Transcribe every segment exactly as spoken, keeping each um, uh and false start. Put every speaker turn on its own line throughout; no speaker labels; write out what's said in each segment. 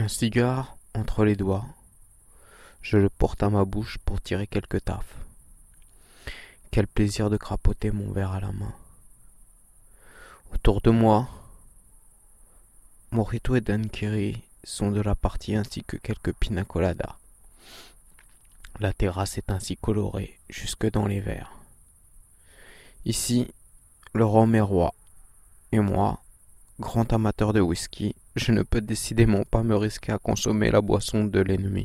Un cigare entre les doigts, je le porte à ma bouche pour tirer quelques taffes. Quel plaisir de crapoter mon verre à la main. Autour de moi, mojito et daiquiri sont de la partie ainsi que quelques pina coladas. La terrasse est ainsi colorée jusque dans les verres. Ici, le rhum est roi, et moi, grand amateur de whisky, je ne peux décidément pas me risquer à consommer la boisson de l'ennemi.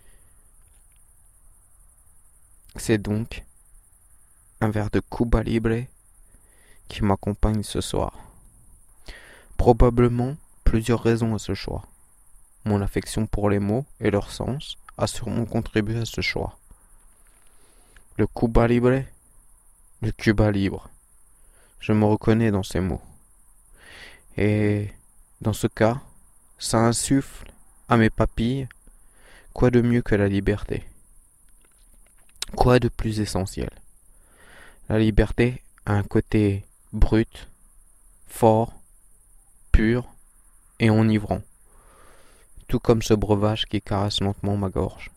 C'est donc un verre de Cuba Libre qui m'accompagne ce soir. Probablement plusieurs raisons à ce choix. Mon affection pour les mots et leur sens a sûrement contribué à ce choix. Le Cuba Libre, le Cuba Libre. Je me reconnais dans ces mots. Et dans ce cas, ça insuffle à mes papilles quoi de mieux que la liberté? Quoi de plus essentiel? La liberté a un côté brut, fort, pur et enivrant, tout comme ce breuvage qui caresse lentement ma gorge.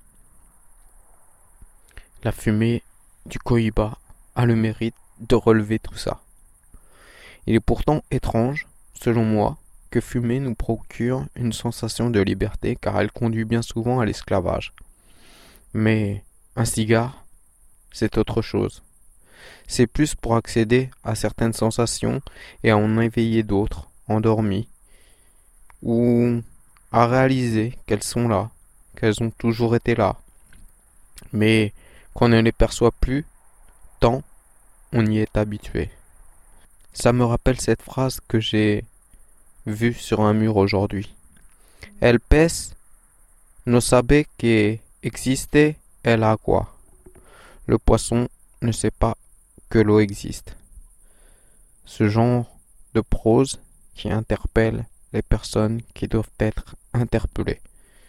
La fumée du cohiba a le mérite de relever tout ça. Il est pourtant étrange, selon moi, que fumer nous procure une sensation de liberté car elle conduit bien souvent à l'esclavage. Mais un cigare, c'est autre chose. C'est plus pour accéder à certaines sensations et à en éveiller d'autres, endormies, ou à réaliser qu'elles sont là, qu'elles ont toujours été là, mais qu'on ne les perçoit plus tant on y est habitué. Ça me rappelle cette phrase que j'ai vue sur un mur aujourd'hui. El pez no sabe que existe el agua. Le poisson ne sait pas que l'eau existe. Ce genre de prose qui interpelle les personnes qui doivent être interpellées.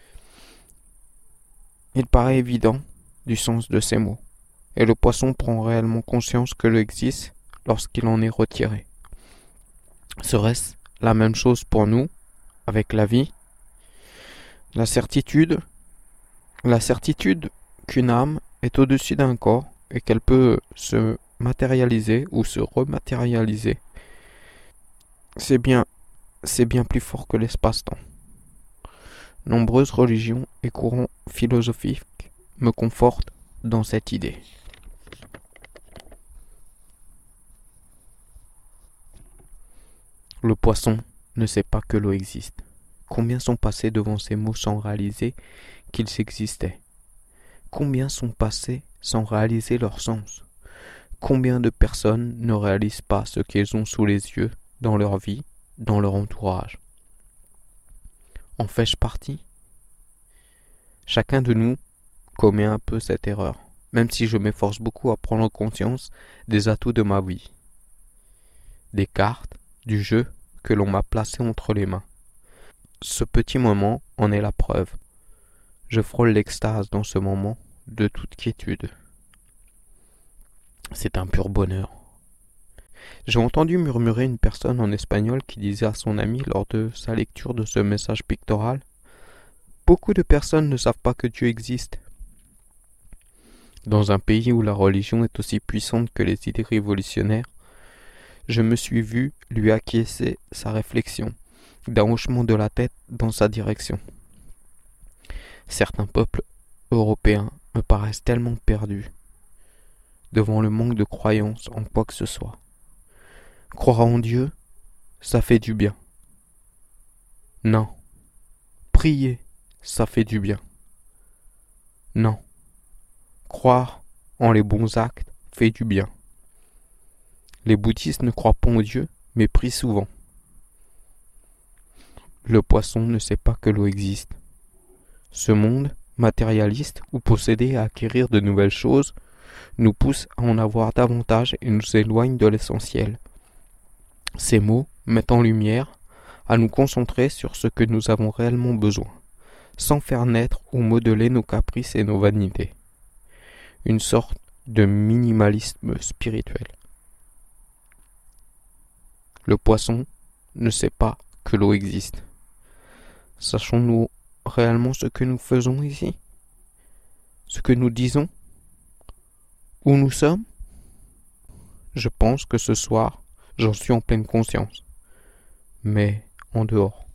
Il paraît évident du sens de ces mots, et le poisson prend réellement conscience que l'eau existe lorsqu'il en est retiré. Serait-ce la même chose pour nous, avec la vie? La certitude, la certitude qu'une âme est au-dessus d'un corps et qu'elle peut se matérialiser ou se rematérialiser. C'est bien, c'est bien plus fort que l'espace-temps. Nombreuses religions et courants philosophiques me confortent dans cette idée. Le poisson ne sait pas que l'eau existe. Combien sont passés devant ces mots sans réaliser qu'ils existaient? Combien sont passés sans réaliser leur sens? Combien de personnes ne réalisent pas ce qu'elles ont sous les yeux, dans leur vie, dans leur entourage? En fais-je partie? Chacun de nous commet un peu cette erreur, même si je m'efforce beaucoup à prendre conscience des atouts de ma vie, des cartes, du jeu que l'on m'a placé entre les mains. Ce petit moment en est la preuve. Je frôle l'extase dans ce moment de toute quiétude. C'est un pur bonheur. J'ai entendu murmurer une personne en espagnol qui disait à son ami lors de sa lecture de ce message pictoral: « Beaucoup de personnes ne savent pas que Dieu existe. » Dans un pays où la religion est aussi puissante que les idées révolutionnaires, je me suis vu lui acquiescer sa réflexion, d'un hochement de la tête dans sa direction. Certains peuples européens me paraissent tellement perdus devant le manque de croyance en quoi que ce soit. Croire en Dieu, ça fait du bien. Non. Prier, ça fait du bien. Non. Croire en les bons actes fait du bien. Les bouddhistes ne croient pas en Dieu, mais prient souvent. Le poisson ne sait pas que l'eau existe. Ce monde, matérialiste ou possédé à acquérir de nouvelles choses, nous pousse à en avoir davantage et nous éloigne de l'essentiel. Ces mots mettent en lumière à nous concentrer sur ce que nous avons réellement besoin, sans faire naître ou modeler nos caprices et nos vanités. Une sorte de minimalisme spirituel. Le poisson ne sait pas que l'eau existe. Sachons-nous réellement ce que nous faisons ici? Ce que nous disons? Où nous sommes? Je pense que ce soir, j'en suis en pleine conscience. Mais en dehors.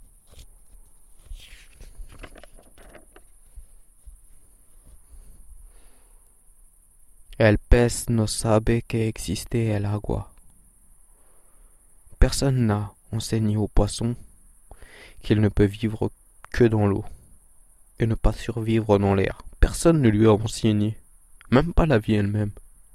El pez no sabe que existe el agua. Personne n'a enseigné au poisson qu'il ne peut vivre que dans l'eau et ne pas survivre dans l'air. Personne ne lui a enseigné, même pas la vie elle-même.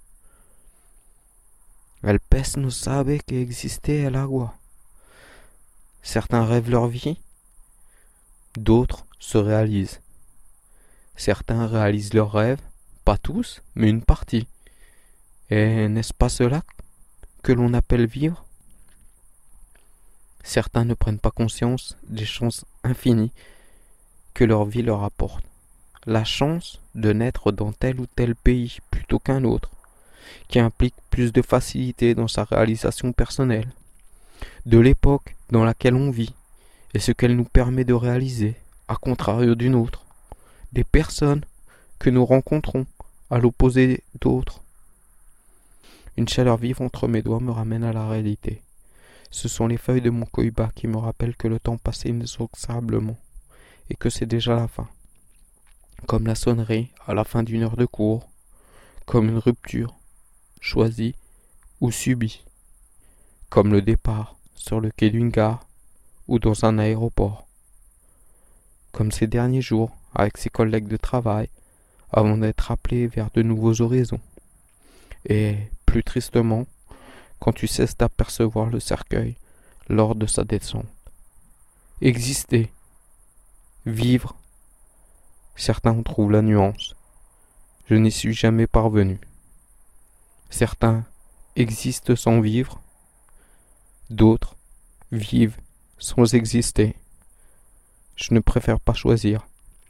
El pez no sabe que existe el agua. Certains rêvent leur vie, d'autres se réalisent. Certains réalisent leurs rêves, pas tous, mais une partie. Et n'est-ce pas cela que l'on appelle vivre? Certains ne prennent pas conscience des chances infinies que leur vie leur apporte. La chance de naître dans tel ou tel pays plutôt qu'un autre, qui implique plus de facilité dans sa réalisation personnelle, de l'époque dans laquelle on vit et ce qu'elle nous permet de réaliser, à contrario d'une autre, des personnes que nous rencontrons à l'opposé d'autres. Une chaleur vive entre mes doigts me ramène à la réalité. Ce sont les feuilles de mon cohiba qui me rappellent que le temps passe inexorablement et que c'est déjà la fin. Comme la sonnerie à la fin d'une heure de cours, comme une rupture, choisie ou subie, comme le départ sur le quai d'une gare ou dans un aéroport, comme ces derniers jours avec ses collègues de travail avant d'être appelé vers de nouveaux horizons, et plus tristement quand tu cesses d'apercevoir le cercueil lors de sa descente. Exister, vivre, certains en trouvent la nuance, je n'y suis jamais parvenu. Certains existent sans vivre, d'autres vivent sans exister. Je ne préfère pas choisir.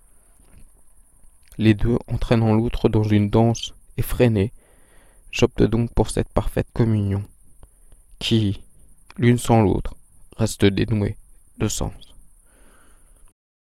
Les deux entraînant l'autre dans une danse effrénée, j'opte donc pour cette parfaite communion, qui, l'une sans l'autre, reste dénouée de sens.